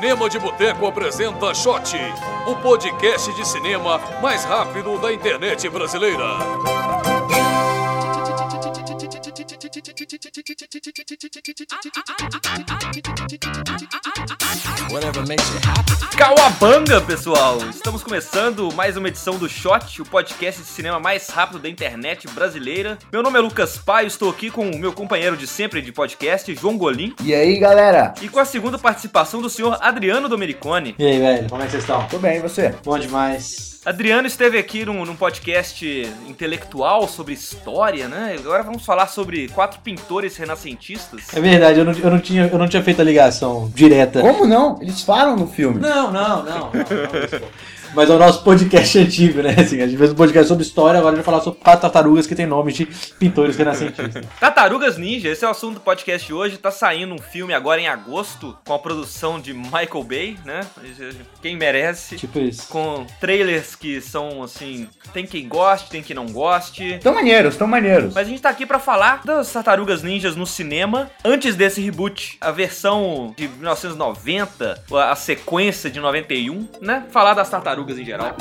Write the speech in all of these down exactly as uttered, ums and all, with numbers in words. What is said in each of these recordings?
Cinema de Boteco apresenta Shot, o podcast de cinema mais rápido da internet brasileira. Cauabanga, pessoal! Estamos começando mais uma edição do Shot, o podcast de cinema mais rápido da internet brasileira. Meu nome é Lucas Paio, estou aqui com o meu companheiro de sempre de podcast, João Golim. E aí, galera? E com a segunda participação do senhor Adriano Domeniconi. E aí, velho, como é que vocês estão? Tô bem, e você? Bom demais. Adriano esteve aqui num, num podcast intelectual sobre história, né? Agora vamos falar sobre quatro pintores renascentistas. É verdade, eu não, eu não, tinha, eu não tinha feito a ligação direta. Como não? Eles falam no filme. Não, não, não, não, não, não. Mas é o nosso podcast antigo, né? Assim, a gente fez um podcast sobre história, agora a gente vai falar sobre quatro tartarugas que tem nome de pintores renascentistas. Tartarugas Ninja, esse é o assunto do podcast de hoje. Tá saindo um filme agora em agosto, com a produção de Michael Bay, né? Quem merece. Tipo isso. Com trailers que são, assim, tem quem goste, tem quem não goste. Tão maneiros, tão maneiros. Mas a gente tá aqui pra falar das Tartarugas Ninjas no cinema, antes desse reboot. A versão de mil novecentos e noventa, a sequência de noventa e um, né? Falar das tartarugas em geral.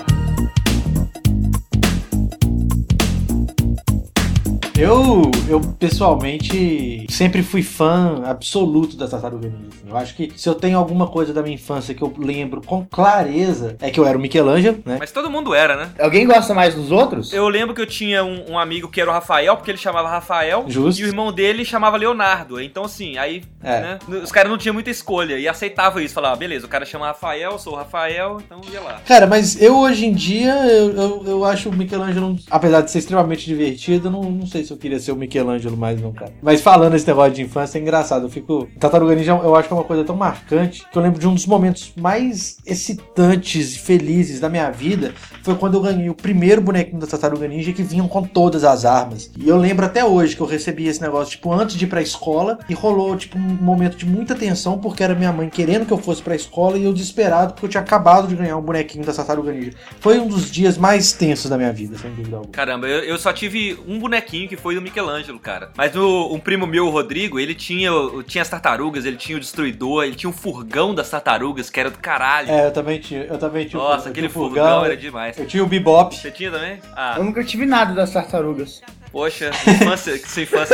Eu, eu, pessoalmente, sempre fui fã absoluto das Tartarugas Ninja. Eu acho que se eu tenho alguma coisa da minha infância que eu lembro com clareza, é que eu era o Michelangelo, né? Mas todo mundo era, né? Alguém gosta mais dos outros? Eu lembro que eu tinha um, um amigo que era o Rafael, porque ele chamava Rafael. Justo. E o irmão dele chamava Leonardo. Então, assim, aí, É. né? Os caras não tinham muita escolha e aceitavam isso. Falavam, beleza, o cara chama Rafael, eu sou o Rafael, então ia lá. Cara, mas eu hoje em dia, eu, eu, eu acho o Michelangelo, apesar de ser extremamente divertido, eu não, não sei se eu queria ser o Michelangelo mais não, cara. Mas falando esse negócio de infância, é engraçado. Eu fico... Tartaruga Ninja, eu acho que é uma coisa tão marcante que eu lembro de um dos momentos mais excitantes e felizes da minha vida foi quando eu ganhei o primeiro bonequinho da Tartaruga Ninja que vinham com todas as armas. E eu lembro até hoje que eu recebi esse negócio, tipo, antes de ir pra escola e rolou, tipo, um momento de muita tensão porque era minha mãe querendo que eu fosse pra escola e eu desesperado porque eu tinha acabado de ganhar um bonequinho da Tartaruga Ninja. Foi um dos dias mais tensos da minha vida, sem dúvida alguma. Caramba, eu, eu só tive um bonequinho que foi do Michelangelo, cara. Mas o, um primo meu, o Rodrigo, ele tinha, tinha as tartarugas, ele tinha o destruidor, ele tinha um furgão das tartarugas, que era do caralho. É, eu também tinha. Eu também tinha. Nossa, eu aquele tinha furgão, furgão era demais. Eu tinha o Bebop. Você tinha também? Ah. Eu nunca tive nada das tartarugas. Poxa, infância, sua infância...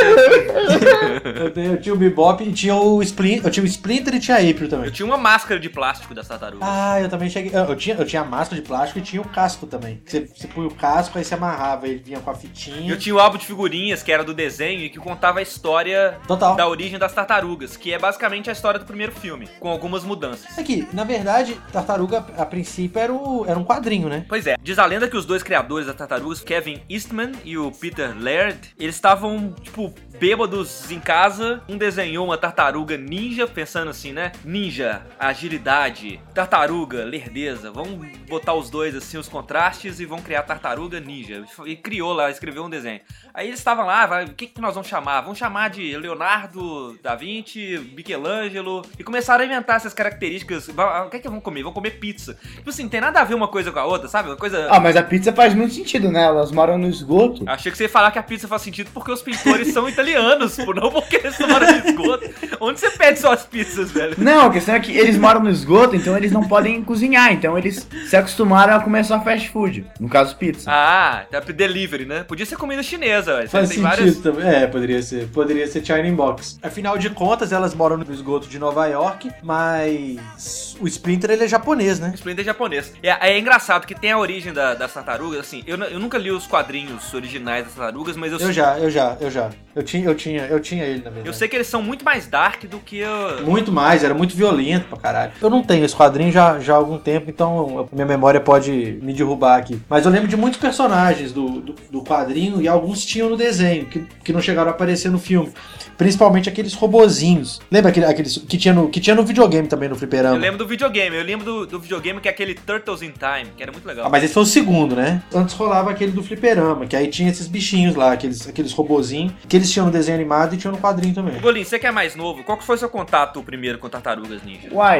eu, tenho, eu tinha o Bebop e tinha o Splinter. Eu tinha o Splinter e tinha a April também. Eu tinha uma máscara de plástico das tartarugas. Ah, eu também cheguei. Eu tinha, eu tinha a máscara de plástico e tinha o casco também. Você, você punha o casco, aí você amarrava, ele vinha com a fitinha. Eu tinha o álbum de figurinhas, que era do desenho e que contava a história Total. da origem das tartarugas, que é basicamente a história do primeiro filme, com algumas mudanças. Aqui, na verdade, Tartaruga, a princípio, era, o, era um quadrinho, né? Pois é. Diz a lenda que os dois criadores das tartarugas, Kevin Eastman e o Peter Laird, eles estavam, tipo, bêbados em casa. Um desenhou uma tartaruga ninja, pensando assim, né? Ninja, agilidade. Tartaruga, lerdeza. Vamos botar os dois, assim, os contrastes e vão criar tartaruga ninja. E criou lá, escreveu um desenho. Aí eles estavam lá, vai, o que, que nós vamos chamar? Vamos chamar de Leonardo da Vinci, Michelangelo. E começaram a inventar essas características. O que é que vão comer? Vão comer pizza. Tipo assim, não tem nada a ver uma coisa com a outra, sabe? Uma coisa... Ah, mas a pizza faz muito sentido, né? Elas moram no esgoto. Achei que você ia falar que a pizza faz sentido porque os pintores são italianos, pô, não porque eles moram no esgoto. Onde você pede suas pizzas, velho? Não, a questão é que eles moram no esgoto, então eles não podem cozinhar. Então eles se acostumaram a comer só fast food. No caso, pizza. Ah, tá delivery, né? Podia ser comida chinesa, velho. Faz tem sentido várias... também. É, poderia ser. Poderia ser China Box. Afinal de contas, elas moram no esgoto de Nova York, mas o Splinter, ele é japonês, né? O Splinter é japonês. É, é engraçado que tem a origem da, das tartarugas, assim, eu, eu nunca li os quadrinhos originais das tartarugas, mas eu... Eu já, eu já, eu já. Eu tinha, eu tinha, eu tinha ele, na verdade. Eu sei que eles são muito mais dark do que... Eu... Muito mais, era muito violento pra caralho. Eu não tenho esse quadrinho já, já há algum tempo, então minha memória pode me derrubar aqui. Mas eu lembro de muitos personagens do, do, do quadrinho e alguns tinham no desenho, que, que não chegaram a aparecer no filme. Principalmente aqueles robozinhos. Lembra aquele, aqueles que tinha, no, que tinha no videogame também, no fliperama? Eu lembro do videogame, eu lembro do, do videogame que é aquele Turtles in Time, que era muito legal. Ah, mas esse foi o segundo, né? Antes rolava aquele do fliperama, que aí tinha esses bichinhos lá, aqueles, aqueles robozinhos, que eles tinham no desenho animado e tinham no quadrinho também. Golim, você que é mais novo, qual que foi seu contato primeiro com Tartarugas Ninja? Uai,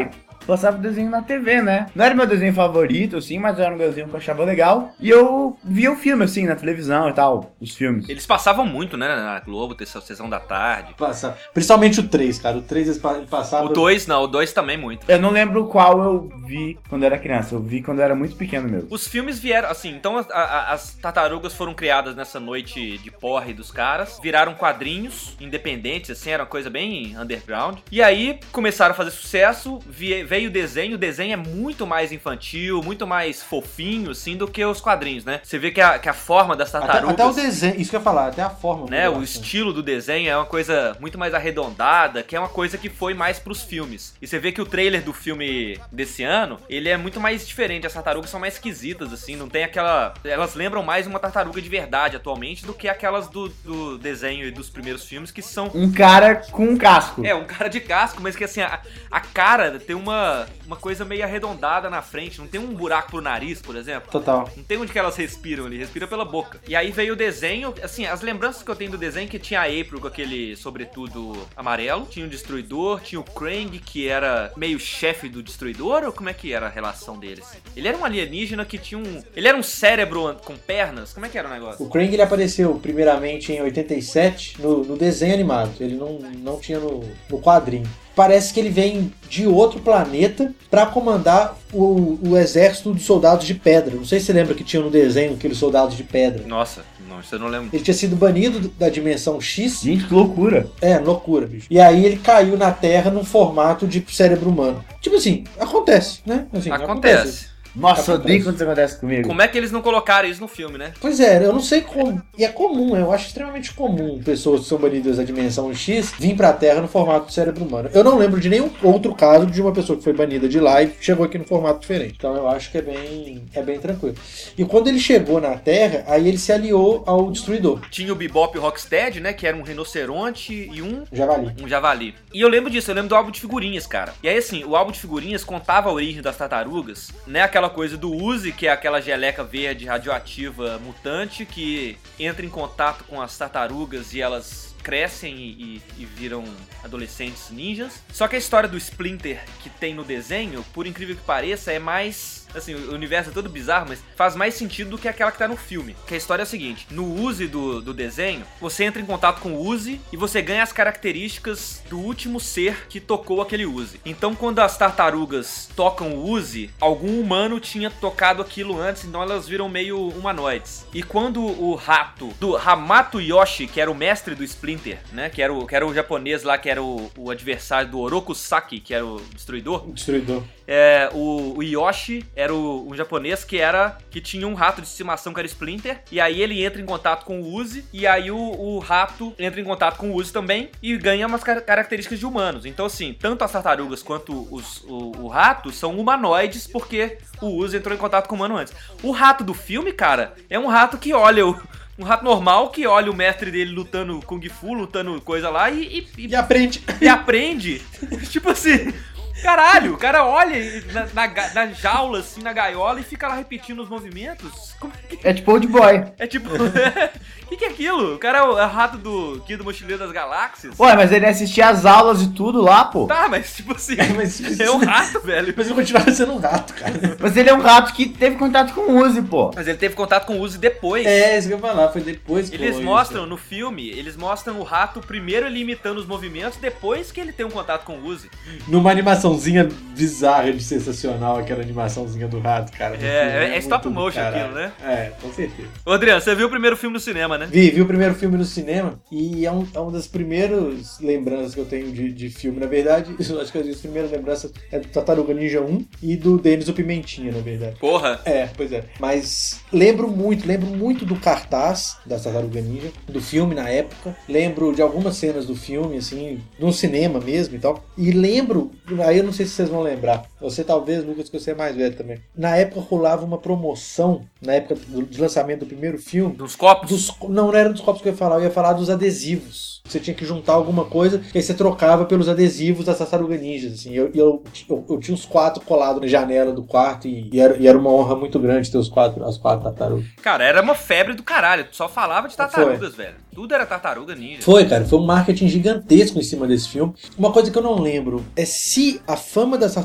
passava desenho na T V, né? Não era meu desenho favorito, assim, mas era um desenho que eu achava legal. E eu via o filme, assim, na televisão e tal, os filmes. Eles passavam muito, né, na Globo, ter essa sessão da tarde. Passa. Principalmente o três, cara. O três eles passavam... O dois, não, o dois também muito. Eu não lembro qual eu vi quando era criança, eu vi quando eu era muito pequeno mesmo. Os filmes vieram, assim, então a, a, as tartarugas foram criadas nessa noite de porre dos caras, viraram quadrinhos independentes, assim, era uma coisa bem underground. E aí começaram a fazer sucesso, veio o desenho, o desenho é muito mais infantil, muito mais fofinho, assim, do que os quadrinhos, né? Você vê que a, que a forma das tartarugas... Até, até o desenho, isso que eu ia falar, até a forma. Né, o estilo do desenho é uma coisa muito mais arredondada, que é uma coisa que foi mais pros filmes. E você vê que o trailer do filme desse ano, ele é muito mais diferente, as tartarugas são mais esquisitas, assim, não tem aquela... Elas lembram mais uma tartaruga de verdade atualmente do que aquelas do, do desenho e dos primeiros filmes, que são... Um cara com um casco. É, um cara de casco, mas que assim, a, a cara tem uma, uma coisa meio arredondada na frente, não tem um buraco pro nariz, por exemplo. Total. Não tem onde que elas respiram ali, respira pela boca. E aí veio o desenho, assim, as lembranças que eu tenho do desenho, que tinha a April com aquele sobretudo amarelo, tinha o Destruidor, tinha o Krang, que era meio chefe do Destruidor, ou como é que era a relação deles? Ele era um alienígena que tinha um... Ele era um cérebro com pernas? Como é que era o negócio? O Krang, ele apareceu primeiramente em oitenta e sete no, no desenho animado, ele não, não tinha no, no quadrinho. Parece que ele vem de outro planeta pra comandar o, o exército de soldados de pedra. Não sei se você lembra que tinha no desenho aqueles soldados de pedra. Nossa, não, isso eu não lembro. Ele tinha sido banido da dimensão X. Gente, que loucura. É, loucura, bicho. E aí ele caiu na Terra num formato de cérebro humano. Tipo assim, acontece, né? Assim, acontece. acontece. Nossa, eu odeio quando isso acontece comigo. Como é que eles não colocaram isso no filme, né? Pois é, eu não sei como. E é comum, eu acho extremamente comum pessoas que são banidas da dimensão X vir pra Terra no formato de cérebro humano. Eu não lembro de nenhum outro caso de uma pessoa que foi banida de lá e chegou aqui no formato diferente. Então eu acho que é bem, é bem tranquilo. E quando ele chegou na Terra, aí ele se aliou ao Destruidor. Tinha o Bebop e o Rocksteady, né? Que era um rinoceronte e um... Javali. Um javali. E eu lembro disso, eu lembro do álbum de figurinhas, cara. E aí, assim, o álbum de figurinhas contava a origem das tartarugas, né? Aquela coisa do Uzi, que é aquela geleca verde radioativa mutante que entra em contato com as tartarugas e elas crescem e, e, e viram adolescentes ninjas. Só que a história do Splinter que tem no desenho, por incrível que pareça, é mais... Assim, o universo é todo bizarro, mas faz mais sentido do que aquela que tá no filme. Que a história é a seguinte: no Uzi do, do desenho, você entra em contato com o Uzi e você ganha as características do último ser que tocou aquele Uzi. Então, quando as tartarugas tocam o Uzi, algum humano tinha tocado aquilo antes, então elas viram meio humanoides. E quando o rato do Hamato Yoshi, que era o mestre do Splinter, né, que era o, que era o japonês lá, que era o, o adversário do Oroku Saki, que era o Destruidor. O Destruidor. É, o, o Yoshi era o, um japonês que era que tinha um rato de estimação que era Splinter, e aí ele entra em contato com o Uzi, e aí o, o rato entra em contato com o Uzi também e ganha umas car- características de humanos. Então, assim, tanto as tartarugas quanto os, o, o rato são humanoides porque o Uzi entrou em contato com o humano antes. O rato do filme, cara, é um rato que olha o... Um rato normal que olha o mestre dele lutando Kung Fu, lutando coisa lá e... E, e aprende. E aprende. Tipo assim... Caralho, o cara olha na, na, na jaula, assim, na gaiola e fica lá repetindo os movimentos. Como é, que... é tipo Old Boy. É tipo... O que, que é aquilo? O cara é o, é o rato do Guia do Mochileiro das Galáxias? Ué, mas ele assistia as aulas e tudo lá, pô. Tá, mas tipo assim, é, mas... é um rato, velho. Mas ele continuava sendo um rato, cara. Mas ele é um rato que teve contato com o Uzi, pô. Mas ele teve contato com o Uzi depois. É, isso que eu ia falar, foi depois que eles mostram isso. No filme, eles mostram o rato primeiro ele imitando os movimentos, depois que ele tem um contato com o Uzi. Numa animaçãozinha bizarra de sensacional, aquela animaçãozinha do rato, cara. É, é, é stop motion caralho. Aquilo, né? É, com certeza. Ô, Adriano, você viu o primeiro filme no cinema, né? Vi, vi o primeiro filme no cinema e é, um, é uma das primeiras lembranças que eu tenho de, de filme. Na verdade, eu acho que as primeiras lembranças é do Tartaruga Ninja um e do Denis o Pimentinha, na verdade. Porra! É, pois é. Mas lembro muito, lembro muito do cartaz da Tartaruga Ninja, do filme na época. Lembro de algumas cenas do filme, assim, no cinema mesmo e tal. E lembro, aí eu não sei se vocês vão lembrar, você talvez, Lucas, que você é mais velho também. Na época rolava uma promoção, na época do, de lançamento do primeiro filme. Dos copos? Dos, não, não era dos copos que eu ia falar, eu ia falar dos adesivos. Você tinha que juntar alguma coisa, e aí você trocava pelos adesivos das Tartaruga Ninjas, assim. Eu, eu, eu, eu tinha os quatro colados na janela do quarto, e, e, era, e era uma honra muito grande ter os quatro, as quatro tartarugas. Cara, era uma febre do caralho, tu só falava de tartarugas, foi. Velho. Tudo era Tartaruga Ninja. Foi, cara, foi um marketing gigantesco em cima desse filme. Uma coisa que eu não lembro é se a fama das Tartaruga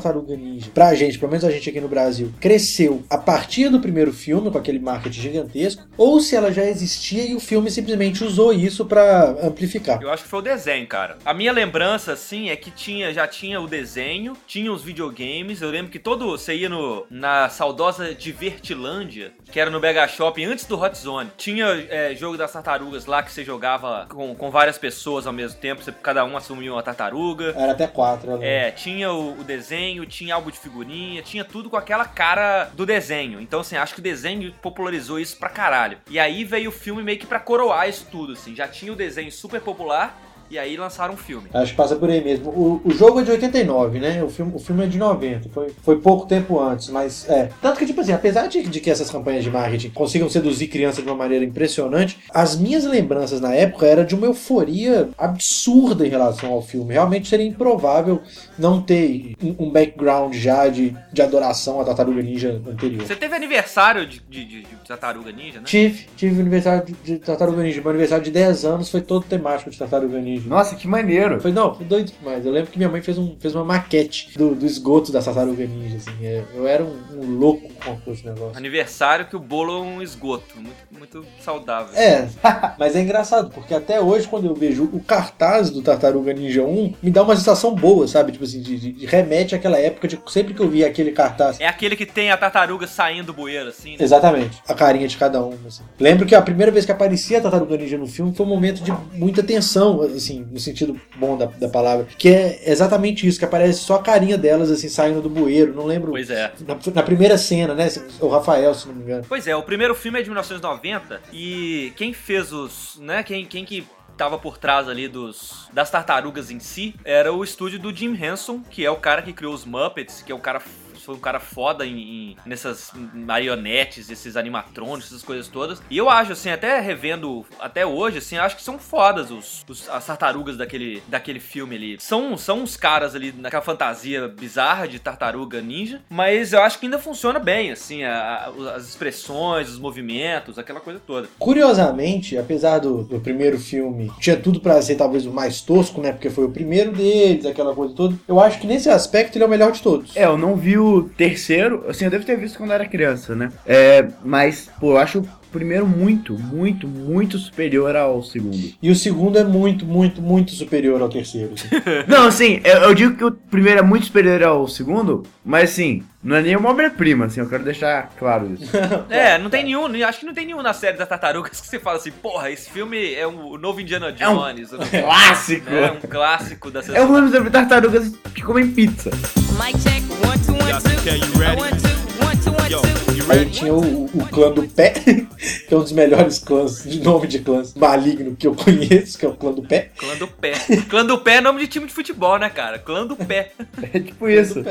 Ninja, pra gente, pelo menos a gente aqui no Brasil, cresceu a partir do primeiro filme, com aquele marketing gigantesco, ou se ela já existia e o filme simplesmente usou isso pra amplificar. Eu acho que foi o desenho, cara. A minha lembrança, assim, é que tinha, já tinha o desenho, tinha os videogames. Eu lembro que todo, você ia no, na saudosa Divertilândia, que era no Mega Shopping, antes do Hot Zone. Tinha é, jogo das tartarugas lá que você jogava com, com várias pessoas ao mesmo tempo, você, cada um assumia uma tartaruga. Era até quatro, né? É, tinha o, o desenho, tinha álbum de figurinha, tinha tudo com aquela cara do desenho. Então, assim, acho que o desenho popularizou isso pra caralho. E aí veio o filme meio que pra coroar isso tudo, assim. Já tinha o desenho super popular, e aí lançaram um filme. Acho que passa por aí mesmo. O, o jogo é de oitenta e nove, né? O filme, o filme é de noventa. Foi, foi pouco tempo antes, mas é. Tanto que, tipo assim, apesar de, de que essas campanhas de marketing consigam seduzir crianças de uma maneira impressionante, as minhas lembranças na época eram de uma euforia absurda em relação ao filme. Realmente seria improvável não ter um background já de, de adoração à Tartaruga Ninja anterior. Você teve aniversário de, de, de, de Tartaruga Ninja, né? Tive, tive aniversário de, de Tartaruga Ninja. Meu aniversário de dez anos foi todo temático de Tartaruga Ninja. Nossa, que maneiro. Foi, não, foi doido demais. Eu lembro que minha mãe fez, um, fez uma maquete do, do esgoto da Tartaruga Ninja, assim. É, eu era um, um louco com esse negócio. Aniversário que o bolo é um esgoto. Muito, muito saudável. É, mas é engraçado, porque até hoje, quando eu vejo o cartaz do Tartaruga Ninja um, me dá uma sensação boa, sabe? Tipo assim, de, de, de remete àquela época, de sempre que eu via aquele cartaz. É aquele que tem a tartaruga saindo do bueiro, assim, né? Exatamente, a carinha de cada um, assim. Lembro que a primeira vez que aparecia a Tartaruga Ninja no filme foi um momento de muita tensão, assim, no sentido bom da, da palavra, que é exatamente isso, que aparece só a carinha delas, assim, saindo do bueiro, não lembro. Pois é. Na, na primeira cena, né, o Rafael, se não me engano. Pois é, o primeiro filme é de mil novecentos e noventa e quem fez os, né, quem, quem que tava por trás ali dos, das tartarugas em si era o estúdio do Jim Henson, que é o cara que criou os Muppets, que é o cara... foi um cara foda em, em, nessas marionetes, esses animatrônicos, essas coisas todas. E eu acho, assim, até revendo até hoje, assim, eu acho que são fodas os, os, as tartarugas daquele, daquele filme ali. São, são uns caras ali naquela fantasia bizarra de tartaruga ninja, mas eu acho que ainda funciona bem, assim, a, a, as expressões, os movimentos, aquela coisa toda. Curiosamente, apesar do, do primeiro filme, tinha tudo pra ser talvez o mais tosco, né, porque foi o primeiro deles, aquela coisa toda, eu acho que nesse aspecto ele é o melhor de todos. É, eu não vi o terceiro, assim, eu devo ter visto quando eu era criança, né? É, mas, pô, eu acho o primeiro muito, muito, muito superior ao segundo. E o segundo é muito, muito, muito superior ao terceiro. Assim. Não, assim, eu, eu digo que o primeiro é muito superior ao segundo, mas assim, não é nem uma obra-prima, assim, eu quero deixar claro isso. É, não tem nenhum, acho que não tem nenhum na série das tartarugas que você fala assim, porra, esse filme é um, o novo Indiana Jones. É um clássico. É um clássico da É um filme sobre tartarugas que comem pizza. Mic check, one, two, one, two. Okay, you ready? One, two, one, two, one, Yo, two. you Aí ready? tinha o, o clã do Pé, que é um dos melhores clãs, de nome de clãs maligno que eu conheço, que é o clã do Pé. Clã do Pé. Clã do Pé é nome de time de futebol, né, cara? Clã do Pé. É tipo isso.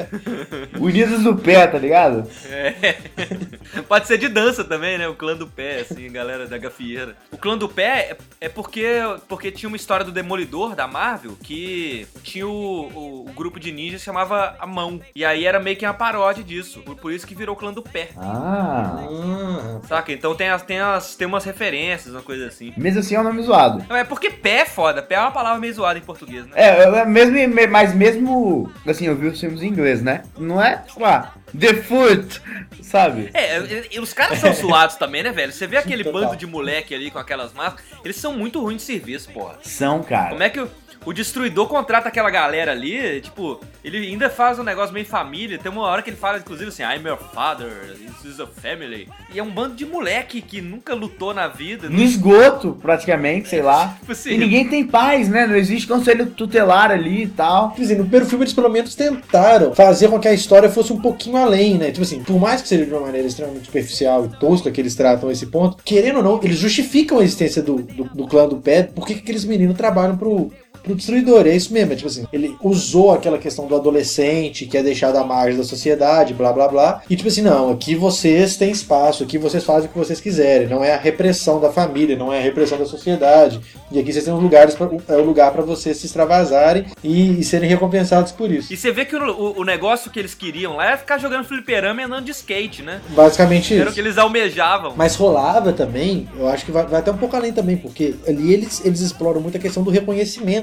Unidos do pé, tá ligado? É. Pode ser de dança também, né? O clã do Pé, assim, galera da gafieira. O clã do Pé é, é porque, porque tinha uma história do Demolidor, da Marvel, que tinha o, o, o grupo de ninjas que chamava A Mão. E aí era meio que uma paródia disso. Por, por isso que virou o clã do Pé. Ah. Ah, Saca? Então tem, as, tem, as, tem umas referências, uma coisa assim. Mesmo assim é um nome zoado. Não, é porque pé é foda. Pé é uma palavra meio zoada em português, né? É, é mesmo, mas mesmo, assim, eu vi os filmes em inglês, né? Não é, sei lá, The Foot, sabe? É, e- e os caras são suados também, né, velho? Você vê aquele Total. bando de moleque ali com aquelas máscaras, eles são muito ruins de serviço, porra. São, cara. Como é que o, o Destruidor contrata aquela galera ali, tipo, ele ainda faz um negócio meio família, tem uma hora que ele fala, inclusive, assim, I'm your father, this is a family. E é um bando de moleque que nunca lutou na vida. No esgoto, praticamente, sei lá. Tipo assim, E ninguém tem paz, né? Não existe conselho tutelar ali e tal. quer dizer, no primeiro filme eles pelo menos tentaram fazer com que a história fosse um pouquinho além, né? Tipo assim, por mais que seja de uma maneira extremamente superficial e tosca que eles tratam esse ponto, querendo ou não, eles justificam a existência do, do, do clã do Pé, porque que aqueles meninos trabalham pro, pro Destruidor. É isso mesmo, é tipo assim, ele usou aquela questão do adolescente que é deixado à margem da sociedade, blá blá blá, e tipo assim, não, aqui vocês têm espaço, aqui vocês fazem o que vocês quiserem, não é a repressão da família, não é a repressão da sociedade, e aqui vocês têm os lugares pra, é o lugar pra vocês se extravasarem e, e serem recompensados por isso. e você vê que o, o, o negócio que eles queriam lá era ficar jogando fliperama e andando de skate, né? Basicamente Era o isso. que eles almejavam. Mas rolava também, eu acho que vai, vai até um pouco além também, porque ali eles, eles exploram muito a questão do reconhecimento,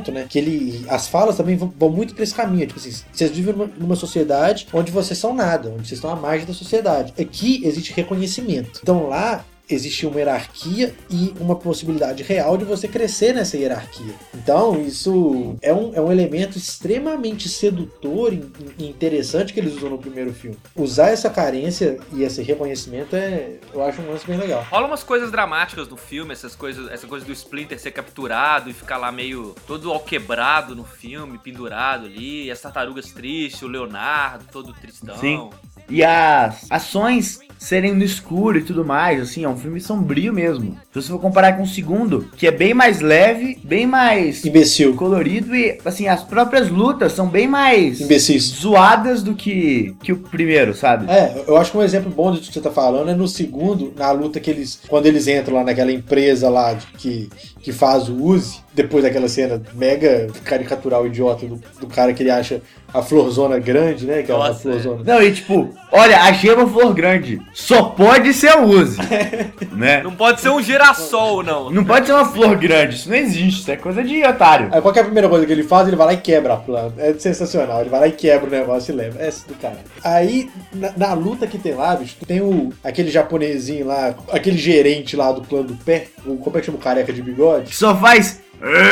ponto, né? Que ele, as falas também vão, vão muito pra esse caminho. Tipo assim, vocês vivem numa, numa sociedade onde vocês são nada, onde vocês estão à margem da sociedade. Aqui existe reconhecimento. Então lá existe uma hierarquia e uma possibilidade real de você crescer nessa hierarquia. Então, isso é um, é um elemento extremamente sedutor e interessante que eles usam no primeiro filme. Usar essa carência e esse reconhecimento é, eu acho um lance bem legal. Rola umas coisas dramáticas no filme, essas coisas, essa coisa do Splinter ser capturado e ficar lá meio todo alquebrado no filme, pendurado ali, e as tartarugas tristes, o Leonardo todo tristão. Sim. E as ações serem no escuro e tudo mais, assim, é um filme sombrio mesmo. Se você for comparar com o segundo, que é bem mais leve, bem mais imbecil, colorido e, assim, as próprias lutas são bem mais imbecis, zoadas do que, que o primeiro, sabe? É, eu acho que um exemplo bom disso que você tá falando é no segundo, na luta que eles, quando eles entram lá naquela empresa lá de, que, que faz o Uzi, depois daquela cena mega caricatural idiota do, do cara que ele acha a florzona grande, né? Que Nossa, é a florzona. Não, e tipo, olha, achei uma flor grande. Só pode ser o Uzi, né? Não pode ser um girassol, não. Não pode ser uma flor grande, isso não existe, isso é coisa de otário. Aí qual que é a primeira coisa que ele faz? Ele vai lá e quebra a planta. É sensacional. Ele vai lá e quebra o negócio e leva. É do cara. Aí, na, na luta que tem lá, bicho, tem o, aquele japonesinho lá, aquele gerente lá do clã do pé. O, como é que chama o careca de bigode? Que só faz...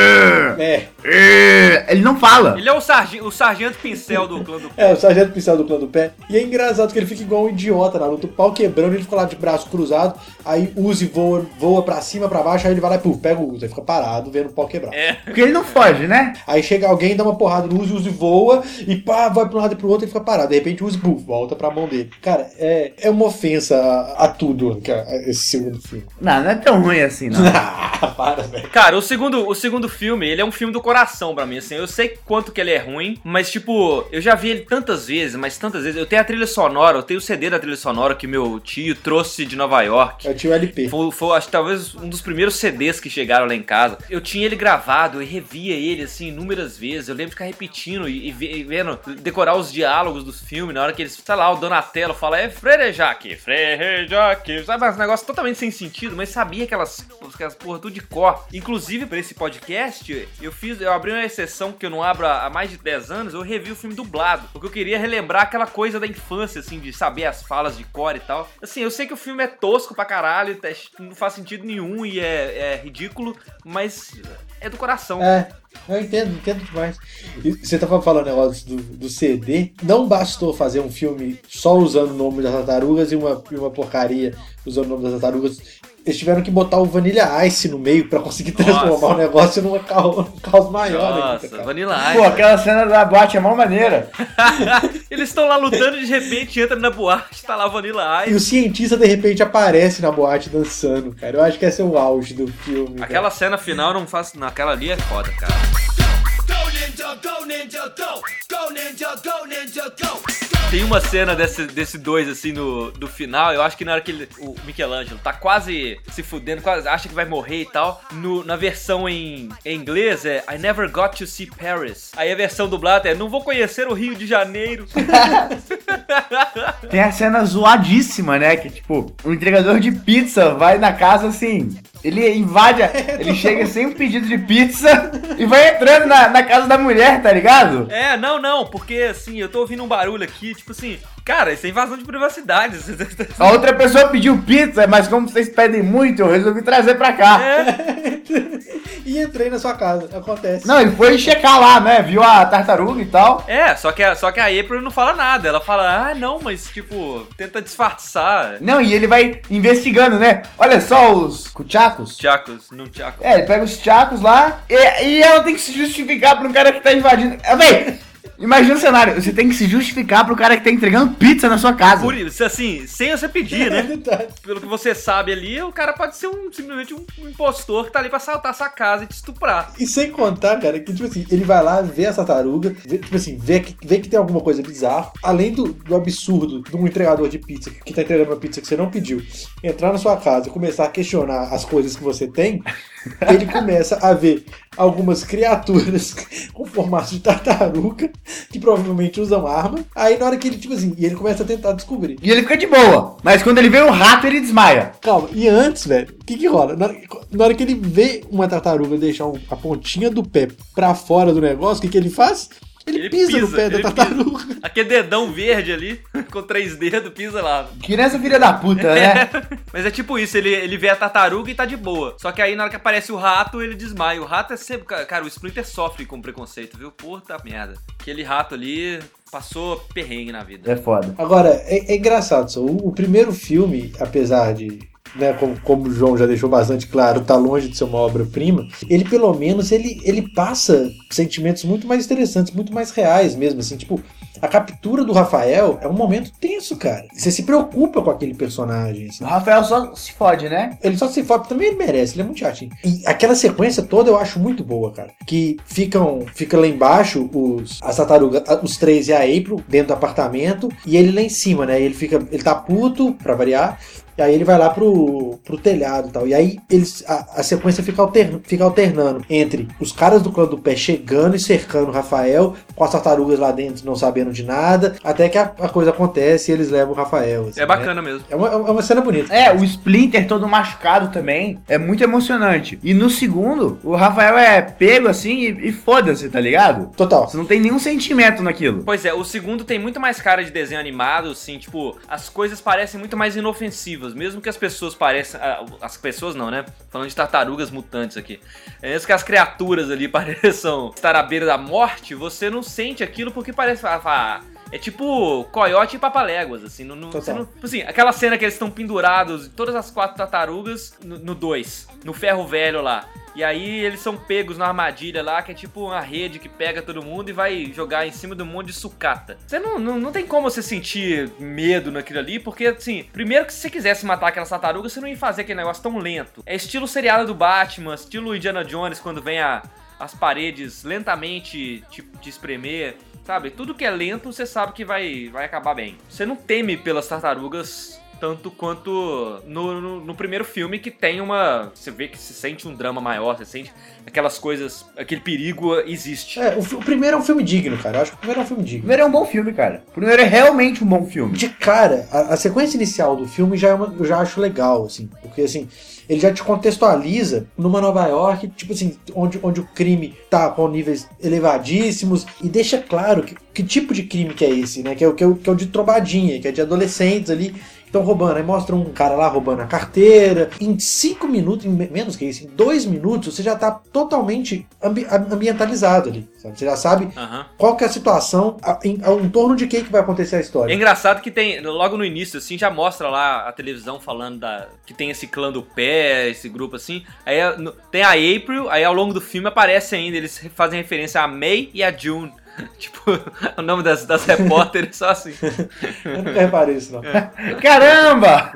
É. Ele não fala. Ele é o, sarge... o sargento pincel do clã do pé. É, o sargento pincel do clã do pé. E é engraçado que ele fica igual um idiota na luta. O pau quebrando, ele fica lá de braço cruzado. Aí o Uzi voa, voa pra cima, pra baixo. Aí ele vai lá e puf, pega o Uzi. Aí fica parado, vendo o pau quebrar. É. Porque ele não foge, né? Aí chega alguém, dá uma porrada no Uzi, o Uzi voa. E pá, vai pra um lado e pro outro e fica parado. De repente o Uzi, puf, volta pra mão dele. Cara, é, é uma ofensa a, a tudo, que é esse segundo filme. Não, não é tão ruim assim, não. Ah, para, velho. Cara, o segundo, o segundo filme, ele é um filme do coração pra mim, assim. Eu sei quanto que ele é ruim, mas, tipo, eu já vi ele tantas vezes, mas tantas vezes. Eu tenho a trilha sonora, eu tenho o C D da trilha sonora que meu tio trouxe de Nova York. Eu tinha o L P. Foi, foi, acho que talvez um dos primeiros C Ds que chegaram lá em casa. Eu tinha ele gravado, eu revia ele, assim, inúmeras vezes. Eu lembro de ficar repetindo e, e vendo, decorar os diálogos dos filmes, na hora que eles, sei lá, o Donatello fala, é Frerejaque, Frerejaque, sabe, uns negócios totalmente sem sentido, mas sabia aquelas, aquelas porra tudo de cor. Inclusive, pra esse podcast, eu fiz, eu abri uma exceção que eu não abro há mais de dez anos, eu revi o filme dublado, porque eu queria relembrar aquela coisa da infância, assim, de saber as falas de cor e tal. Assim, eu sei que o filme é tosco pra caralho, não faz sentido nenhum e é, é ridículo, mas é do coração. É, eu entendo, entendo demais. E você tava falando negócio do, do C D, não bastou fazer um filme só usando o nome das tartarugas e uma, e uma porcaria usando o nome das tartarugas. Eles tiveram que botar o Vanilla Ice no meio pra conseguir transformar Nossa. o negócio num caos, caos maior. Nossa, ainda, cara. Vanilla Ice. Pô, aquela cena da boate é mó maneira. Eles estão lá lutando e de repente entra na boate, tá lá Vanilla E o Ice. cientista de repente aparece na boate dançando, cara. Eu acho que esse é o auge do filme. Aquela cena final não faz. Naquela ali é foda, cara. Go ninja, go ninja, go! Go ninja, go ninja, go! Tem uma cena desse, desse dois, assim, no, do final, eu acho que na hora que ele, o Michelangelo tá quase se fudendo, quase acha que vai morrer e tal, no, na versão em, em inglês é I never got to see Paris. Aí a versão dublada é não vou conhecer o Rio de Janeiro. Tem a cena zoadíssima, né? Que, tipo, o entregador de pizza vai na casa assim... Ele invade, a- ele chega sem um pedido de pizza e vai entrando na, na casa da mulher, tá ligado? É, não, não, porque assim, eu tô ouvindo um barulho aqui, tipo assim, cara, isso é invasão de privacidade. A outra pessoa pediu pizza, mas como vocês pedem muito, eu resolvi trazer pra cá. É, E entrei na sua casa, acontece. Não, ele foi checar lá, né? Viu a tartaruga e tal. é só, que a, só que a April não fala nada, ela fala, ah, não, mas tipo, tenta disfarçar. Não, e ele vai investigando, né? Olha só os cuchacos. Tchacos, não tchacos. É, ele pega os tchacos lá e, e ela tem que se justificar pro cara que tá invadindo. É, bem, imagina o cenário, você tem que se justificar pro cara que tá entregando pizza na sua casa. Por isso, assim, sem você pedir, É né? verdade. Pelo que você sabe ali, o cara pode ser um, simplesmente um, um impostor que tá ali pra assaltar sua casa e te estuprar. E sem contar, cara, que, tipo assim, ele vai lá, vê essa tartaruga, vê, tipo assim, vê que, vê que tem alguma coisa bizarra, além do, do absurdo de um entregador de pizza que tá entregando uma pizza que você não pediu, entrar na sua casa e começar a questionar as coisas que você tem, ele começa a ver algumas criaturas com formato de tartaruga que provavelmente usam arma. Aí na hora que ele, tipo assim, e ele começa a tentar descobrir. E ele fica de boa. Mas quando ele vê o rato, ele desmaia. Calma, e antes, velho, o que que rola? Na hora, na hora que ele vê uma tartaruga deixar um- a pontinha do pé pra fora do negócio, o que que ele faz? Ele, Ele pisa, no pisa, pé da ele tartaruga. Aquele dedão verde ali, com três dedos, pisa lá. Criança filha da puta, né? Mas é tipo isso, ele, ele vê a tartaruga e tá de boa. Só que aí na hora que aparece o rato, ele desmaia. O rato é sempre... Cara, o Splinter sofre com preconceito, viu? Puta merda. Aquele rato ali passou perrengue na vida. É foda. Agora, é, é engraçado, só. O, o primeiro filme, apesar de, né, como, como o João já deixou bastante claro, tá longe de ser uma obra-prima, ele pelo menos, ele, ele passa sentimentos muito mais interessantes, muito mais reais mesmo, assim, tipo, a captura do Rafael é um momento tenso, cara. Você se preocupa com aquele personagem, assim. O Rafael só se fode, né? Ele só se fode, também ele merece, ele é muito chatinho. E aquela sequência toda eu acho muito boa, cara. Que ficam, fica lá embaixo os, as tartarugas, os três e a April dentro do apartamento, e ele lá em cima, né? Ele fica, ele tá puto, pra variar, e aí ele vai lá pro, pro telhado e tal. E aí eles, a, a sequência fica, alter, fica alternando entre os caras do clã do pé chegando e cercando o Rafael, com as tartarugas lá dentro não sabendo de nada, até que a, a coisa acontece e eles levam o Rafael. Assim, É bacana mesmo. né? É uma, é uma cena bonita. É, o Splinter todo machucado também. É muito emocionante. E no segundo, o Rafael é pego assim e, e foda-se, tá ligado? Total. Você não tem nenhum sentimento naquilo. Pois é, o segundo tem muito mais cara de desenho animado, assim, tipo, as coisas parecem muito mais inofensivas, mesmo que as pessoas pareçam... ah, As pessoas não, né? Falando de tartarugas mutantes aqui. Mesmo que as criaturas ali pareçam estar à beira da morte, você não sente aquilo porque parece... ah, ah, é tipo coiote e papaléguas, assim, não, não, você não, assim, aquela cena que eles estão pendurados, todas as quatro tartarugas, no dois, no ferro velho lá. E aí eles são pegos na armadilha lá, que é tipo uma rede que pega todo mundo e vai jogar em cima de um monte de sucata. Você não, não, não tem como você sentir medo naquilo ali, porque assim, primeiro que se você quisesse matar aquelas tartarugas, você não ia fazer aquele negócio tão lento. É estilo seriado do Batman, estilo Indiana Jones, quando vem a, as paredes lentamente tipo, te espremer. Sabe, tudo que é lento você sabe que vai, vai acabar bem. Você não teme pelas tartarugas tanto quanto no, no, no primeiro filme, que tem uma... Você vê que se sente um drama maior, você sente aquelas coisas, aquele perigo existe. É, o, o primeiro é um filme digno, cara. Eu acho que o primeiro é um filme O digno. primeiro é um bom filme, cara. O primeiro é realmente um bom filme. De cara, a, a sequência inicial do filme já é uma, eu já acho legal, assim. Porque, assim, ele já te contextualiza numa Nova York, tipo assim, onde, onde o crime tá com níveis elevadíssimos e deixa claro que, que tipo de crime que é esse, né? Que é, o- que, é o, que é o de trombadinha, que é de adolescentes ali estão roubando. Aí mostra um cara lá roubando a carteira. Em cinco minutos, em me- menos que isso, em dois minutos, você já tá totalmente ambi- ambientalizado ali, sabe? Você já sabe Aham. qual que é a situação, a- em, ao- em torno de que, que vai acontecer a história. É engraçado que tem, logo no início, assim, já mostra lá a televisão falando da, que tem esse clã do pé, esse grupo assim. Aí é, no- tem a April, aí ao longo do filme aparece ainda, eles fazem referência a May e a June. Tipo, o nome das, das repórteres só assim. Eu nunca reparei isso, não. Caramba!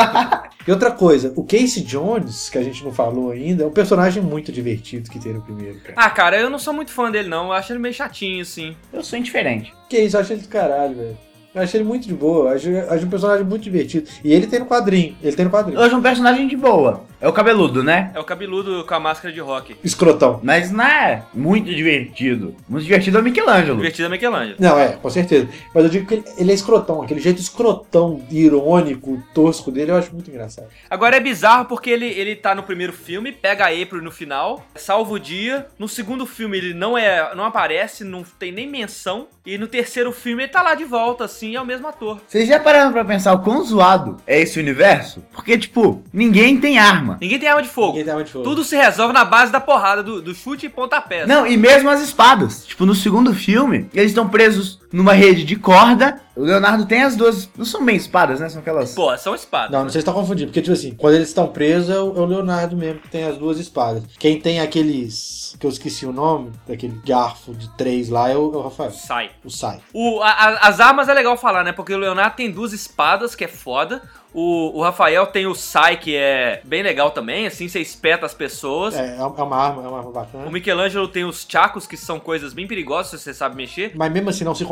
E outra coisa, o Casey Jones, que a gente não falou ainda, é um personagem muito divertido que tem no primeiro, cara. Ah, cara, eu não sou muito fã dele, não. Eu acho ele meio chatinho, assim. Eu sou indiferente. Que isso, eu achei ele do caralho, velho. Eu achei ele muito de boa, eu acho, eu acho um personagem muito divertido. E ele tem no quadrinho, ele tem no quadrinho. Eu acho um personagem de boa. É o cabeludo, né? É o cabeludo com a máscara de rock. Escrotão. Mas não é muito divertido. Muito divertido é o Michelangelo. Divertido é Michelangelo. Não, é, com certeza. Mas eu digo que ele, ele é escrotão, aquele jeito escrotão, irônico, tosco dele, eu acho muito engraçado. Agora é bizarro porque ele, ele tá no primeiro filme, pega a April no final, salva o dia. No segundo filme ele não é, não aparece, não tem nem menção. E no terceiro filme ele tá lá de volta, assim, é o mesmo ator. Vocês já pararam pra pensar o quão zoado é esse universo? Porque, tipo, ninguém tem arma. Ninguém tem arma de fogo. Ninguém tem arma de fogo. Tudo se resolve na base da porrada, do, do chute e pontapés. Não, e mesmo as espadas. Tipo, no segundo filme, eles estão presos numa rede de corda. O Leonardo tem as duas... Não são bem espadas, né? São aquelas... Pô, são espadas. Não, não sei se tá confundindo, porque, tipo assim, quando eles estão presos é o, é o Leonardo mesmo que tem as duas espadas. Quem tem aqueles, que eu esqueci o nome, daquele garfo de três lá é o, é o Rafael. Sai. O Sai. O, a- a- as armas é legal falar, né? Porque o Leonardo tem duas espadas, que é foda. O, o Rafael tem o Sai, que é bem legal também, assim, você espeta as pessoas. É, é uma arma, é uma arma bacana. O Michelangelo tem os chacos, que são coisas bem perigosas, se você sabe mexer. Mas mesmo assim não se compara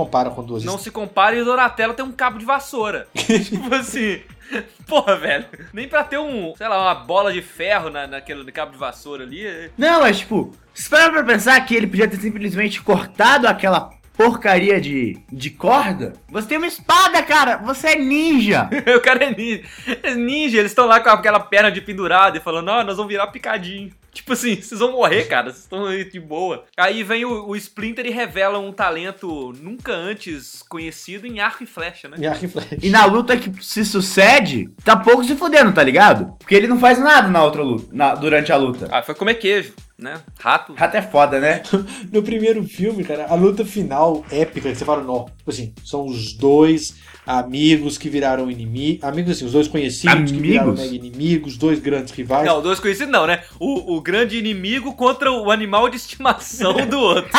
compara com duas Não se compara e o Donatello tem um cabo de vassoura. Tipo assim... Porra, velho. Nem pra ter um, sei lá, uma bola de ferro na, naquele cabo de vassoura ali. Não, mas tipo, você para pra pensar que ele podia ter simplesmente cortado aquela porcaria de, de corda? Você tem uma espada, cara! Você é ninja! O cara é ninja. É ninja, eles estão lá com aquela perna de pendurado e falando, ó, nós vamos virar picadinho. Tipo assim, vocês vão morrer, cara, vocês estão aí de boa. Aí vem o, o Splinter e revela um talento nunca antes conhecido em arco e flecha, né? Em arco e flecha. E na luta que se sucede, tá pouco se fudendo, tá ligado? Porque ele não faz nada na outra luta, na, durante a luta. Ah, foi comer queijo, né? Rato. Rato é foda, né? No primeiro filme, cara, a luta final épica, que você fala, não, tipo assim, são os dois amigos que viraram inimigos, amigos assim, os dois conhecidos amigos? que viraram mega inimigos, dois grandes rivais. Não, dois conhecidos não, né? O, o grande inimigo contra o animal de estimação do outro.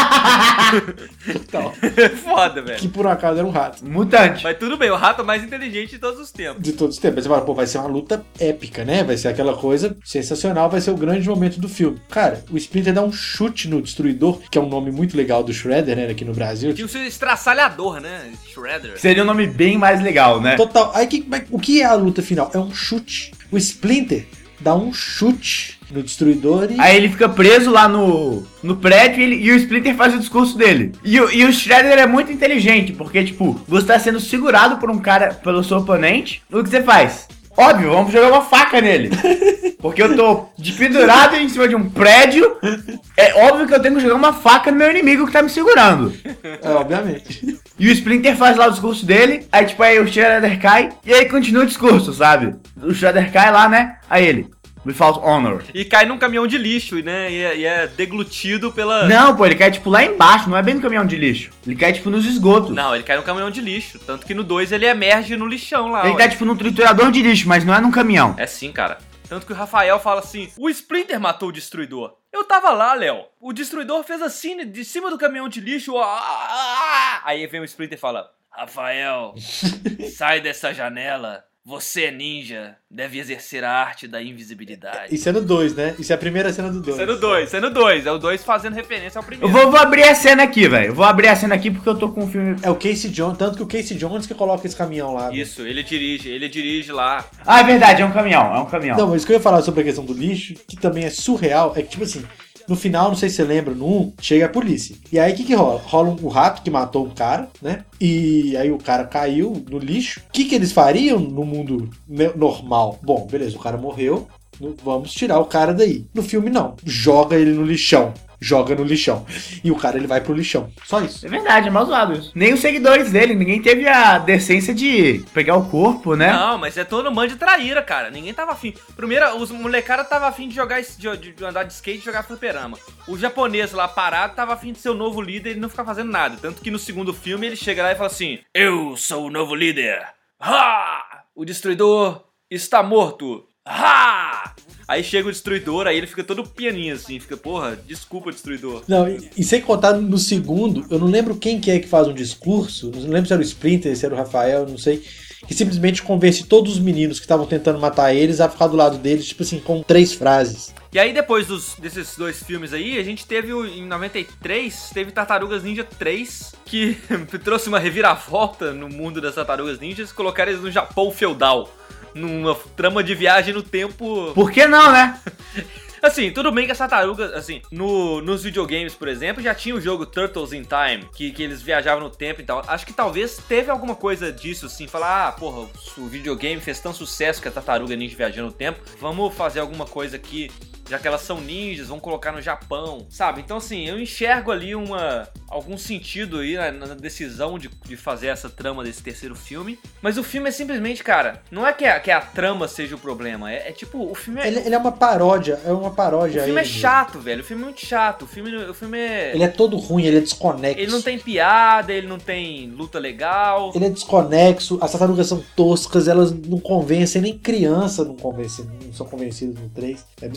Então, Foda, velho. que por um acaso era um rato. Mutante. Mas tudo bem, o rato é o mais inteligente de todos os tempos. De todos os tempos. Aí você fala, pô, vai ser uma luta épica, né? Vai ser aquela coisa sensacional, vai ser o grande momento do filme. Cara, o Splinter dá um chute no Destruidor, que é um nome muito legal do Shredder, né? Aqui no Brasil. Tinha o seu estraçalhador, né? Shredder. Seria um nome bem mais legal, né? Total. Aí que, mas o que é a luta final? É um chute. O Splinter dá um chute no Destruidor e... Aí ele fica preso lá no, no prédio e, ele, e o Splinter faz o discurso dele. E, o- e o Shredder é muito inteligente, porque, tipo, você tá sendo segurado por um cara, pelo seu oponente. O que você faz? Óbvio, vamos jogar uma faca nele. Porque eu tô de pendurado em cima de um prédio. É óbvio que eu tenho que jogar uma faca no meu inimigo que tá me segurando. É, obviamente. E o Splinter faz lá o discurso dele. Aí, tipo, aí o Shredder cai. E aí continua o discurso, sabe? O Shredder cai lá, né? Aí ele... Without honor. E cai num caminhão de lixo, né? E é, e é deglutido pela... Não, pô, ele cai, tipo, lá embaixo. Não é bem no caminhão de lixo. Ele cai, tipo, nos esgotos. Não, ele cai num caminhão de lixo. Tanto que no dois ele emerge no lixão lá. Ele ué. tá, tipo, num triturador de lixo, mas não é num caminhão. É sim, cara. Tanto que o Rafael fala assim, o Splinter matou o Destruidor. Eu tava lá, Léo. O Destruidor fez assim, de cima do caminhão de lixo. ah, ah, ah. Aí vem o Splinter e fala, Rafael, sai dessa janela. Você é ninja, deve exercer a arte da invisibilidade. Isso é no dois, né? Isso é a primeira cena do dois. Isso é no dois, isso é no dois. É o dois fazendo referência ao Eu primeiro. vou, vou abrir a cena aqui, velho. Eu vou abrir a cena aqui porque eu tô com o filme... É o Casey Jones, tanto que o Casey Jones que coloca esse caminhão lá. né? Isso, ele dirige, ele dirige lá. Ah, é verdade, é um caminhão, é um caminhão. Não, mas isso que eu ia falar sobre a questão do lixo, que também é surreal, é que, tipo assim, no final, não sei se você lembra, no um, chega a polícia. E aí, o que que rola? Rola um, o rato que matou um cara, né? E aí o cara caiu no lixo. O que que eles fariam no mundo ne- normal? Bom, beleza, o cara morreu, no- vamos tirar o cara daí. No filme, não. Joga ele no lixão. Joga no lixão. E o cara, ele vai pro lixão. Só isso. É verdade, é mal zoado isso. Nem os seguidores dele, ninguém teve a decência de pegar o corpo, né? Não, mas é todo mundo de traíra, cara. Ninguém tava afim. Primeiro, os molecada tava afim de jogar, esse- de, de andar de skate e jogar fliperama. O japonês lá parado tava afim de ser o novo líder e ele não ficar fazendo nada. Tanto que no segundo filme ele chega lá e fala assim: eu sou o novo líder. Ha! O destruidor está morto. Ha! Aí chega o destruidor, aí ele fica todo pianinho assim, fica, porra, desculpa, destruidor. Não, e, e sem contar no segundo, eu não lembro quem que é que faz um discurso, não lembro se era o Splinter, se era o Rafael, não sei, que simplesmente convence todos os meninos que estavam tentando matar eles a ficar do lado deles, tipo assim, com três frases. E aí depois dos, desses dois filmes aí, a gente teve o, em noventa e três, teve Tartarugas Ninja três, que trouxe uma reviravolta no mundo das Tartarugas Ninjas, colocaram eles no Japão feudal. Numa trama de viagem no tempo. Por que não, né? Assim, tudo bem que as tartarugas, assim, no, nos videogames, por exemplo, já tinha o jogo Turtles in Time, que, que eles viajavam no tempo e tal. Acho que talvez teve alguma coisa disso, assim, falar, ah, porra, o videogame fez tão sucesso que a tartaruga ninja viajando no tempo, vamos fazer alguma coisa aqui, já que elas são ninjas, vamos colocar no Japão, sabe? Então, assim, eu enxergo ali uma, algum sentido aí na, na decisão de, de fazer essa trama desse terceiro filme, mas o filme é simplesmente, cara, não é que a, que a trama seja o problema, é, é tipo, o filme é... Ele, ele é uma paródia, é uma paródia. O filme aí, é chato, velho. O filme é muito chato. O filme, o filme é... Ele é todo ruim, ele é desconexo. Ele não tem piada, ele não tem luta legal. Ele é desconexo, as tartarugas são toscas, elas não convencem, nem criança não convence, não são convencidas no três. É bizarro, parece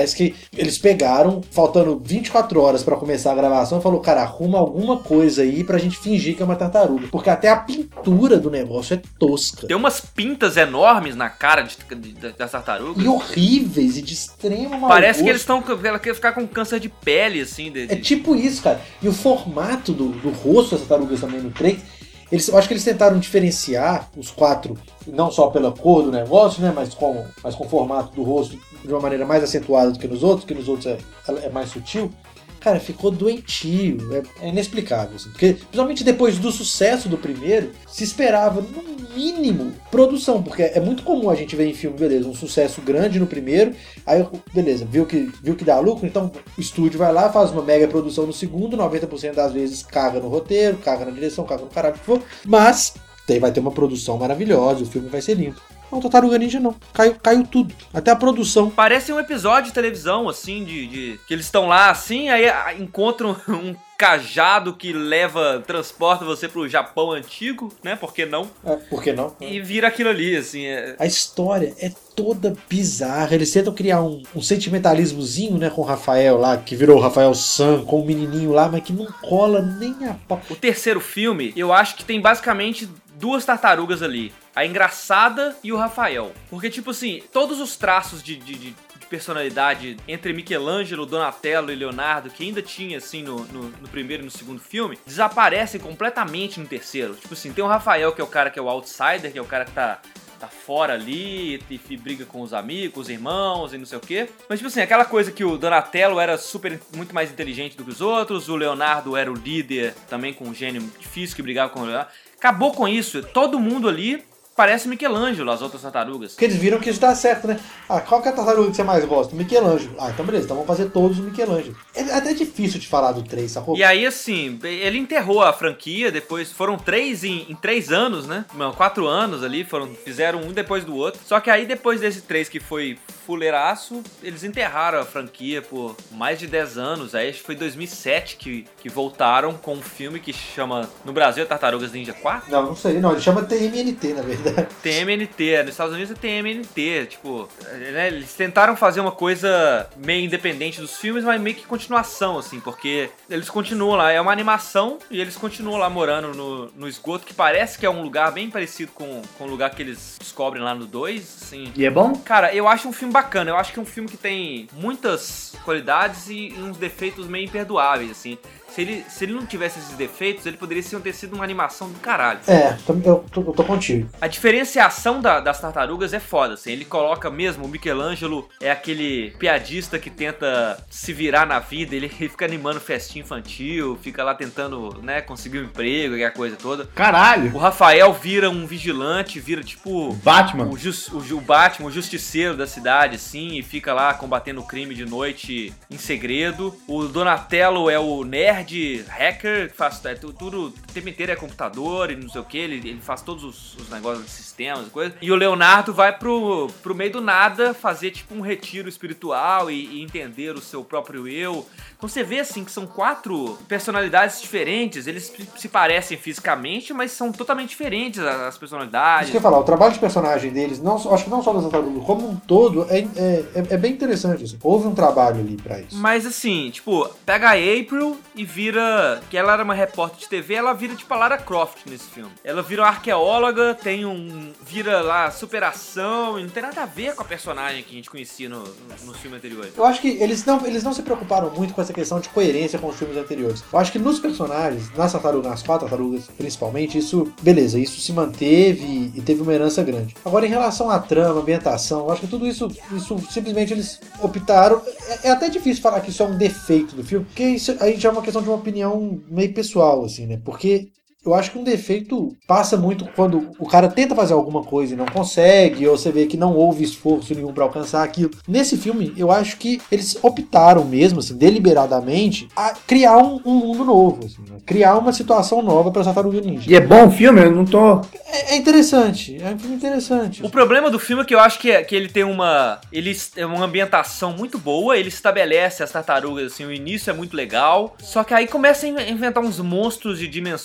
Parece que eles pegaram, faltando vinte e quatro horas pra começar a gravação, e falou, cara, arruma alguma coisa aí pra gente fingir que é uma tartaruga. Porque até a pintura do negócio é tosca. Tem umas pintas enormes na cara de, de, de, das tartarugas. E horríveis e de extremo mau Parece que gosto. eles estão. Ela quer ficar com câncer de pele, assim. De, de... É tipo isso, cara. E o formato do, do rosto das tartarugas também no três, eles, eu acho que eles tentaram diferenciar os quatro, não só pela cor do negócio, né, mas com, mas com o formato do rosto de uma maneira mais acentuada do que nos outros, que nos outros é, é mais sutil. Cara, ficou doentio, é, é inexplicável, assim, porque principalmente depois do sucesso do primeiro, se esperava, no mínimo, produção, porque é muito comum a gente ver em filme, beleza, um sucesso grande no primeiro, aí, beleza, viu que, viu que dá lucro, então o estúdio vai lá, faz uma mega produção no segundo, noventa por cento das vezes caga no roteiro, caga na direção, caga no caralho que for, mas tem, vai ter uma produção maravilhosa, o filme vai ser lindo. Não, Tartaruga Ninja não. Caiu, caiu tudo. Até a produção. Parece um episódio de televisão, assim, de, de que eles estão lá, assim, aí a, encontram um cajado que leva, transporta você pro Japão antigo, né? Por que não? É, por que não? E vira aquilo ali, assim. É... A história é toda bizarra. Eles tentam criar um, um sentimentalismozinho, né? Com o Rafael lá, que virou o Rafael San, com o menininho lá, mas que não cola nem a pau. O terceiro filme, eu acho que tem basicamente duas tartarugas ali. A Engraçada e o Rafael. Porque, tipo assim, todos os traços de, de, de personalidade entre Michelangelo, Donatello e Leonardo, que ainda tinha, assim, no, no, no primeiro e no segundo filme, desaparecem completamente no terceiro. Tipo assim, tem o Rafael, que é o cara que é o outsider, que é o cara que tá... tá fora ali e, e briga com os amigos, os irmãos e não sei o quê. Mas, tipo assim, aquela coisa que o Donatello era super, muito mais inteligente do que os outros, o Leonardo era o líder, também com um gênio difícil que brigava com o Leonardo. Acabou com isso. Todo mundo ali parece Michelangelo, as outras tartarugas. Porque eles viram que isso dá certo, né? Ah, qual que é a tartaruga que você mais gosta? Michelangelo. Ah, então beleza, então vamos fazer todos o Michelangelo. É até difícil de falar do três, sacou? E aí, assim, ele enterrou a franquia, depois foram três em, em três anos, né? Não, quatro anos ali, foram, fizeram um depois do outro. Só que aí, depois desse três que foi fuleiraço, eles enterraram a franquia por mais de dez anos. Aí acho que foi em dois mil e sete que, que voltaram com um filme que chama, no Brasil, é Tartarugas Ninja quatro? Não, não sei, não, ele chama T M N T, na verdade. T M N T, nos Estados Unidos é T M N T, tipo, né, eles tentaram fazer uma coisa meio independente dos filmes, mas meio que continuação, assim, porque eles continuam lá, é uma animação e eles continuam lá morando no, no esgoto, que parece que é um lugar bem parecido com, com o lugar que eles descobrem lá no dois, assim. E é bom? Cara, eu acho um filme bacana, eu acho que é um filme que tem muitas qualidades e uns defeitos meio imperdoáveis, assim. Se ele, se ele não tivesse esses defeitos, ele poderia ter sido uma animação do caralho. É, eu tô, eu tô contigo. A diferenciação da, das tartarugas é foda, assim. Ele coloca mesmo, o Michelangelo é aquele piadista que tenta se virar na vida, ele fica animando festinha infantil, fica lá tentando, né, conseguir um emprego, aquela coisa toda. Caralho! O Rafael vira um vigilante, vira tipo... Batman. O, just, o, o Batman, o justiceiro da cidade, assim, e fica lá combatendo o crime de noite em segredo. O Donatello é o nerd hacker, que faz é, tudo, o tempo inteiro é computador e não sei o que, ele, ele faz todos os, os negócios de sistemas e coisas. E o Leonardo vai pro, pro meio do nada fazer tipo um retiro espiritual e, e entender o seu próprio eu. Então você vê assim que são quatro personalidades diferentes, eles se parecem fisicamente, mas são totalmente diferentes as personalidades. Isso que eu ia falar, o trabalho de personagem deles, não, acho que não só das tartarugas, como um todo, é, é, é bem interessante. Assim. Houve um trabalho ali pra isso. Mas assim, tipo, pega a April e vira, que ela era uma repórter de T V, ela vira tipo a Lara Croft nesse filme. Ela vira uma arqueóloga, tem um, vira lá superação, e não tem nada a ver com a personagem que a gente conhecia no, no, no filme anterior. Eu acho que eles não, eles não se preocuparam muito com essa questão de coerência com os filmes anteriores. Eu acho que nos personagens, nas tartarugas, nas quatro tartarugas principalmente, isso, beleza, isso se manteve e teve uma herança grande. Agora, em relação à trama, ambientação, eu acho que tudo isso, isso simplesmente eles optaram. É, é até difícil falar que isso é um defeito do filme, porque isso aí já é uma questão de uma opinião meio pessoal, assim, né? Porque eu acho que um defeito passa muito quando o cara tenta fazer alguma coisa e não consegue, ou você vê que não houve esforço nenhum pra alcançar aquilo. Nesse filme, eu acho que eles optaram mesmo, assim, deliberadamente, a criar um, um mundo novo, assim, né? Criar uma situação nova pra Tartaruga Ninja. E é bom o filme? Eu não tô... É, é interessante, é um filme interessante. O problema do filme é que eu acho que, é, que ele tem uma ele é uma ambientação muito boa, ele estabelece as tartarugas, assim, o início é muito legal, só que aí começa a inventar uns monstros de dimensões paralelas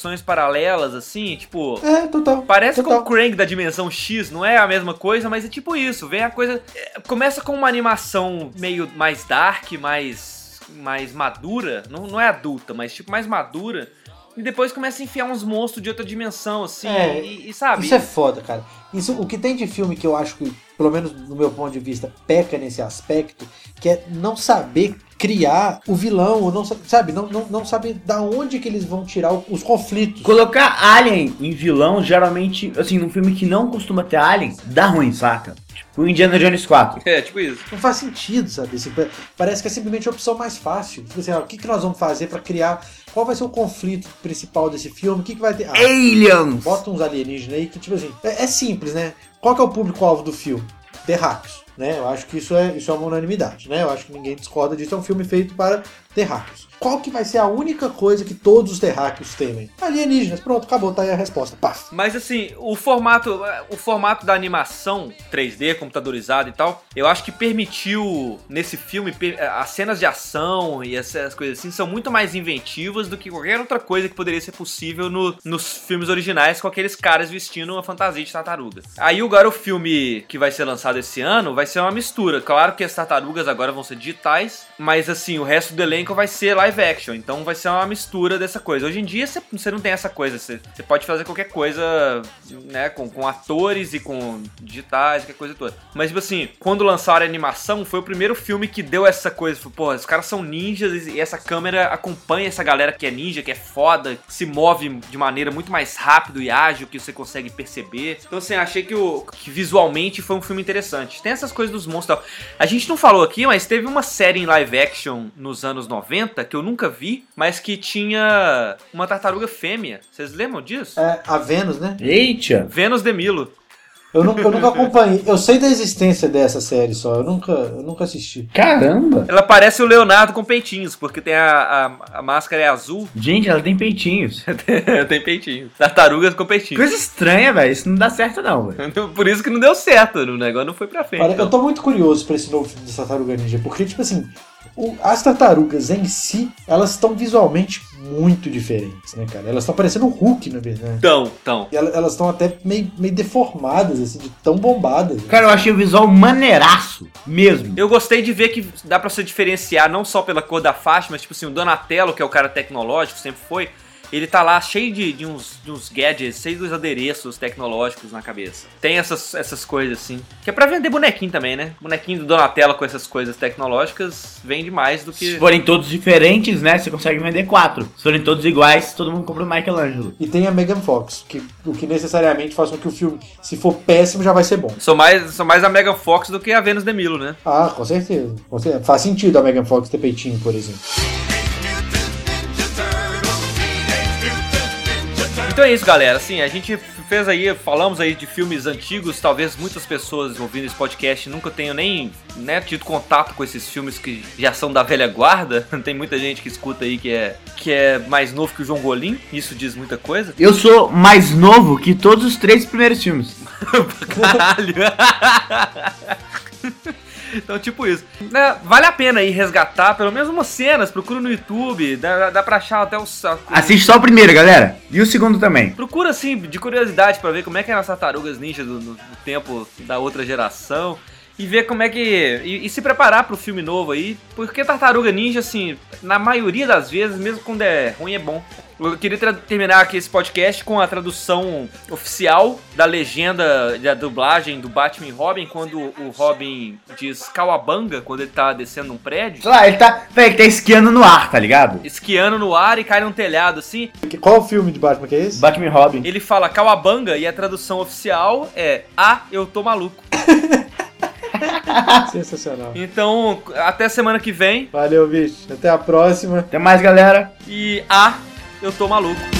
paralelas, assim, tipo... É, total. Parece total. com o Krang da dimensão X, não é a mesma coisa, mas é tipo isso. Vem a coisa... é, Começa com uma animação meio mais dark, mais, mais madura. Não, não é adulta, mas tipo mais madura. E depois começa a enfiar uns monstros de outra dimensão, assim, É, e, e sabe? Isso é foda, cara. Isso, o que tem de filme que eu acho que, pelo menos do meu ponto de vista, peca nesse aspecto, que é não saber criar o vilão, ou não sa- sabe, não, não, não saber da onde que eles vão tirar o- os conflitos. Colocar Alien em vilão, geralmente, assim, num filme que não costuma ter Alien, dá ruim, saca? Tipo o Indiana Jones quatro. É, tipo isso. Não faz sentido, sabe? Assim, pa- parece que é simplesmente a opção mais fácil. Tipo assim, ah, o que, que nós vamos fazer pra criar? Qual vai ser o conflito principal desse filme? O que, que vai ter? Ah, Aliens! bota uns alienígenas aí que, tipo assim, é, é simples, né? Qual que é o público-alvo do filme? Terráqueos, né? Eu acho que isso é, isso é uma unanimidade, né? Eu acho que ninguém discorda disso. É um filme feito para terráqueos. Qual que vai ser a única coisa que todos os terráqueos temem? Alienígenas. Pronto, acabou, tá aí a resposta. Paf. Mas assim, o formato, o formato da animação três D, computadorizado e tal, eu acho que permitiu nesse filme, per- as cenas de ação e essas coisas assim são muito mais inventivas do que qualquer outra coisa que poderia ser possível no- nos filmes originais com aqueles caras vestindo uma fantasia de tartaruga. Aí agora o filme que vai ser lançado esse ano vai ser uma mistura. Claro que as tartarugas agora vão ser digitais, mas assim, o resto do elenco vai ser live action, então vai ser uma mistura dessa coisa. Hoje em dia você você não tem essa coisa, você você pode fazer qualquer coisa, né, com, com atores e com digitais, qualquer coisa toda. Mas tipo assim, quando lançaram a animação, foi o primeiro filme que deu essa coisa, foi, pô, os caras são ninjas e essa câmera acompanha essa galera que é ninja, que é foda, que se move de maneira muito mais rápido e ágil, que você consegue perceber. Então assim, achei que, o, que visualmente foi um filme interessante. Tem essas coisas dos monstros e tal. A gente não falou aqui, mas teve uma série em live action nos anos noventa, que eu nunca vi, mas que tinha uma tartaruga fêmea. Vocês lembram disso? É, a Vênus, né? Eita! Vênus de Milo. Eu nunca, eu nunca acompanhei. Eu sei da existência dessa série só. Eu nunca, eu nunca assisti. Caramba! Ela parece o Leonardo com peitinhos, porque tem a, a, a máscara é azul. Gente, ela tem peitinhos. Tem peitinhos. Tartarugas com peitinhos. Coisa estranha, velho. Isso não dá certo, não, velho. Por isso que não deu certo, o negócio não foi pra frente. Olha, então. eu tô muito curioso pra esse novo filme de Tartaruga Ninja, porque, tipo assim, o- as tartarugas em si, elas estão visualmente muito diferentes, né, cara? Elas estão parecendo um Hulk, na verdade. Então, então. E ela- elas estão até meio, meio deformadas, assim, de tão bombadas. né? Cara, eu achei o visual maneiraço. Mesmo. Eu gostei de ver que dá pra você diferenciar não só pela cor da faixa, mas tipo assim, o Donatello, que é o cara tecnológico, sempre foi, ele tá lá cheio de, de, uns, de uns gadgets, cheio dos adereços tecnológicos na cabeça. Tem essas, essas coisas assim. Que é pra vender bonequinho também, né? Bonequinho do Donatello com essas coisas tecnológicas vende mais do que... Se forem todos diferentes, né? Você consegue vender quatro. Se forem todos iguais, todo mundo compra o Michelangelo. E tem a Megan Fox, que, o que necessariamente faz com que o filme, se for péssimo, já vai ser bom. Sou mais, sou mais a Megan Fox do que a Vênus de Milo, né? Ah, com certeza. Com certeza. Faz sentido a Megan Fox ter peitinho, por exemplo. Então é isso, galera. Assim, a gente fez aí, falamos aí de filmes antigos. Talvez muitas pessoas ouvindo esse podcast nunca tenham nem, né, tido contato com esses filmes que já são da velha guarda. Tem muita gente que escuta aí que é, que é mais novo que o João Golim. Isso diz muita coisa. Eu sou mais novo que todos os três primeiros filmes. Caralho. Então, tipo isso. Né, vale a pena aí resgatar pelo menos umas cenas. Procura no YouTube. Dá, dá pra achar até o... Assiste só o primeiro, galera. E o segundo também. Procura, assim, de curiosidade pra ver como é que eram as tartarugas ninja do, do- do tempo da outra geração. E ver como é que... E, e se preparar pro filme novo aí. Porque Tartaruga Ninja, assim, na maioria das vezes, mesmo quando é ruim, é bom. Eu queria tra- terminar aqui esse podcast com a tradução oficial da legenda da dublagem do Batman e Robin, quando o Robin diz Cowabunga, quando ele tá descendo um prédio, Sei lá, ele tá, véi, ele tá esquiando no ar, tá ligado? esquiando no ar e cai num telhado, assim. Qual o filme de Batman que é esse? Batman e Robin. Ele fala Cowabunga e a tradução oficial é Ah, eu tô maluco. Sensacional. Então, até semana que vem Valeu, bicho. Até a próxima. Até mais, galera. e Ah, eu tô maluco.